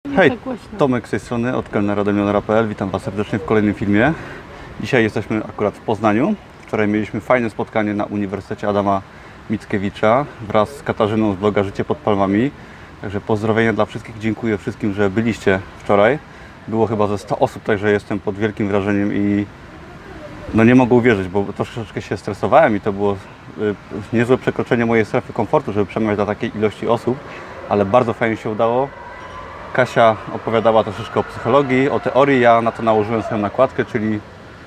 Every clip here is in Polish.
Hej, Tomek z tej strony, od kelnera.pl. Witam Was serdecznie w kolejnym filmie. Dzisiaj jesteśmy akurat w Poznaniu. Wczoraj mieliśmy fajne spotkanie na Uniwersytecie Adama Mickiewicza wraz z Katarzyną z bloga Życie pod Palmami. Także pozdrowienia dla wszystkich. Dziękuję wszystkim, że byliście wczoraj. Było chyba ze 100 osób, także jestem pod wielkim wrażeniem i no nie mogę uwierzyć, bo troszeczkę się stresowałem i to było niezłe przekroczenie mojej strefy komfortu, żeby przemawiać dla takiej ilości osób, ale bardzo fajnie się udało. Kasia opowiadała troszeczkę o psychologii, o teorii, ja na to nałożyłem swoją nakładkę, czyli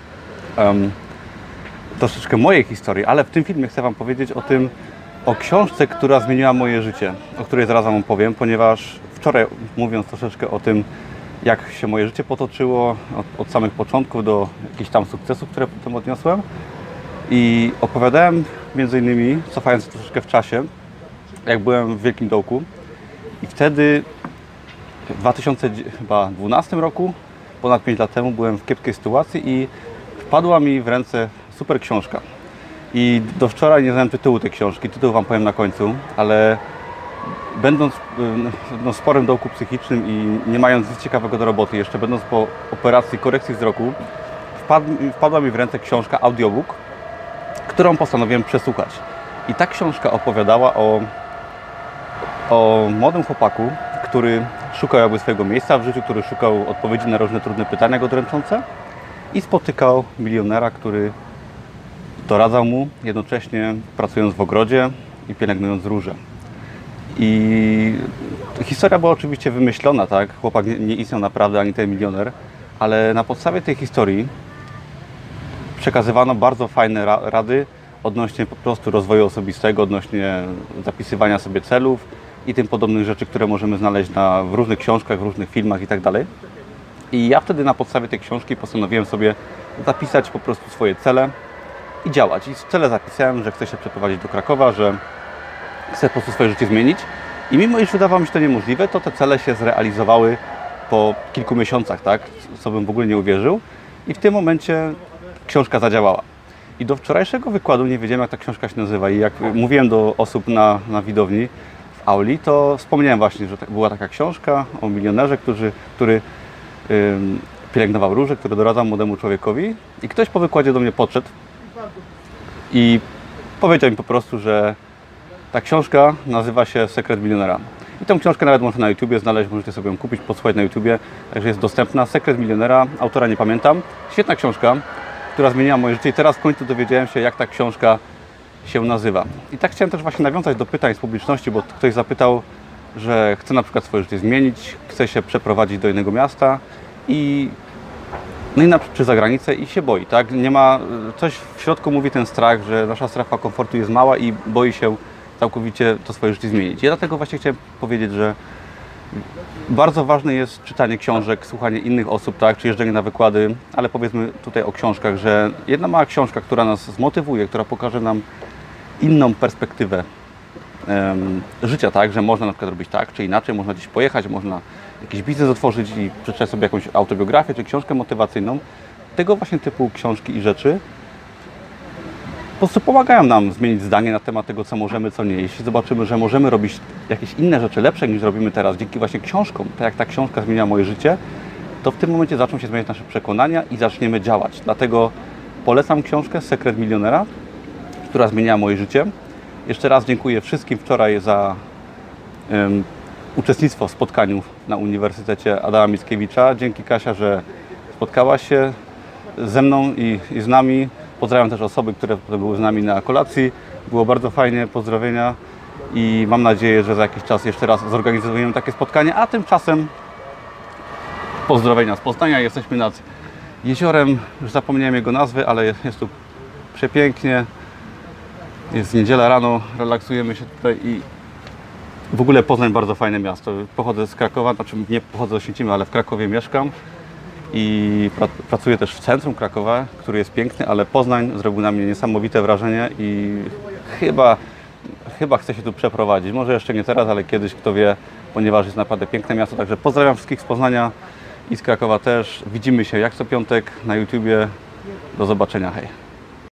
troszeczkę mojej historii, ale w tym filmie chcę Wam powiedzieć o książce, która zmieniła moje życie, o której zaraz Wam opowiem, ponieważ wczoraj, mówiąc troszeczkę o tym, jak się moje życie potoczyło, od samych początków do jakichś tam sukcesów, które potem odniosłem, i opowiadałem między innymi, cofając troszeczkę w czasie, jak byłem w Wielkim Dołku i wtedy w 2012 roku, ponad 5 lat temu, byłem w kiepskiej sytuacji i wpadła mi w ręce super książka. I do wczoraj nie znałem tytułu tej książki, tytuł Wam powiem na końcu, ale będąc w sporym dołku psychicznym i nie mając nic ciekawego do roboty, jeszcze będąc po operacji korekcji wzroku, wpadła mi w ręce książka, audiobook, którą postanowiłem przesłuchać. I ta książka opowiadała o młodym chłopaku, który szukał jakby swojego miejsca w życiu, który szukał odpowiedzi na różne trudne pytania go dręczące i spotykał milionera, który doradzał mu, jednocześnie pracując w ogrodzie i pielęgnując róże. I historia była oczywiście wymyślona, tak? Chłopak nie istniał naprawdę, ani ten milioner, ale na podstawie tej historii przekazywano bardzo fajne rady odnośnie po prostu rozwoju osobistego, odnośnie zapisywania sobie celów i tym podobnych rzeczy, które możemy znaleźć w różnych książkach, w różnych filmach i tak dalej. I ja wtedy na podstawie tej książki postanowiłem sobie zapisać po prostu swoje cele i działać. I cele zapisałem, że chcę się przeprowadzić do Krakowa, że chcę po prostu swoje życie zmienić. I mimo iż wydawało mi się to niemożliwe, to te cele się zrealizowały po kilku miesiącach, tak? Co bym w ogóle nie uwierzył. I w tym momencie książka zadziałała. I do wczorajszego wykładu nie wiedziałem, jak ta książka się nazywa. I jak mówiłem do osób na widowni w auli, to wspomniałem właśnie, że była taka książka o milionerze, który pielęgnował róże, który doradzał młodemu człowiekowi. I ktoś po wykładzie do mnie podszedł i powiedział mi po prostu, że ta książka nazywa się Sekret Milionera. I tą książkę nawet można na YouTubie znaleźć, możecie sobie ją kupić, posłuchać na YouTubie, także jest dostępna. Sekret Milionera, autora nie pamiętam. Świetna książka, która zmieniła moje życie i teraz w końcu dowiedziałem się, jak ta książka się nazywa. I tak chciałem też właśnie nawiązać do pytań z publiczności, bo ktoś zapytał, że chce na przykład swoje życie zmienić, chce się przeprowadzić do innego miasta czy za granicę i się boi, tak? Nie ma, coś w środku mówi ten strach, że nasza strefa komfortu jest mała i boi się całkowicie to swoje życie zmienić. Ja dlatego właśnie chciałem powiedzieć, że bardzo ważne jest czytanie książek, słuchanie innych osób, tak, czy jeżdżenie na wykłady, ale powiedzmy tutaj o książkach, że jedna mała książka, która nas zmotywuje, która pokaże nam inną perspektywę życia, tak, że można na przykład robić tak, czy inaczej, można gdzieś pojechać, można jakiś biznes otworzyć i przeczytać sobie jakąś autobiografię, czy książkę motywacyjną. Tego właśnie typu książki i rzeczy po prostu pomagają nam zmienić zdanie na temat tego, co możemy, co nie. Jeśli zobaczymy, że możemy robić jakieś inne rzeczy lepsze niż robimy teraz, dzięki właśnie książkom, tak jak ta książka zmienia moje życie, to w tym momencie zaczną się zmieniać nasze przekonania i zaczniemy działać. Dlatego polecam książkę Sekret Milionera, która zmieniała moje życie. Jeszcze raz dziękuję wszystkim wczoraj za uczestnictwo w spotkaniu na Uniwersytecie Adama Mickiewicza. Dzięki, Kasia, że spotkałaś się ze mną i z nami. Pozdrawiam też osoby, które były z nami na kolacji. Było bardzo fajnie, pozdrowienia i mam nadzieję, że za jakiś czas jeszcze raz zorganizujemy takie spotkanie, a tymczasem pozdrowienia z Poznania. Jesteśmy nad jeziorem, już zapomniałem jego nazwy, ale jest tu przepięknie. Jest niedziela rano, relaksujemy się tutaj i w ogóle Poznań bardzo fajne miasto. Pochodzę z Krakowa, znaczy nie pochodzę z Oświęcimia, ale w Krakowie mieszkam i pracuję też w centrum Krakowa, który jest piękny, ale Poznań zrobił na mnie niesamowite wrażenie i chyba chcę się tu przeprowadzić. Może jeszcze nie teraz, ale kiedyś, kto wie, ponieważ jest naprawdę piękne miasto. Także pozdrawiam wszystkich z Poznania i z Krakowa też. Widzimy się jak co piątek na YouTubie. Do zobaczenia, hej!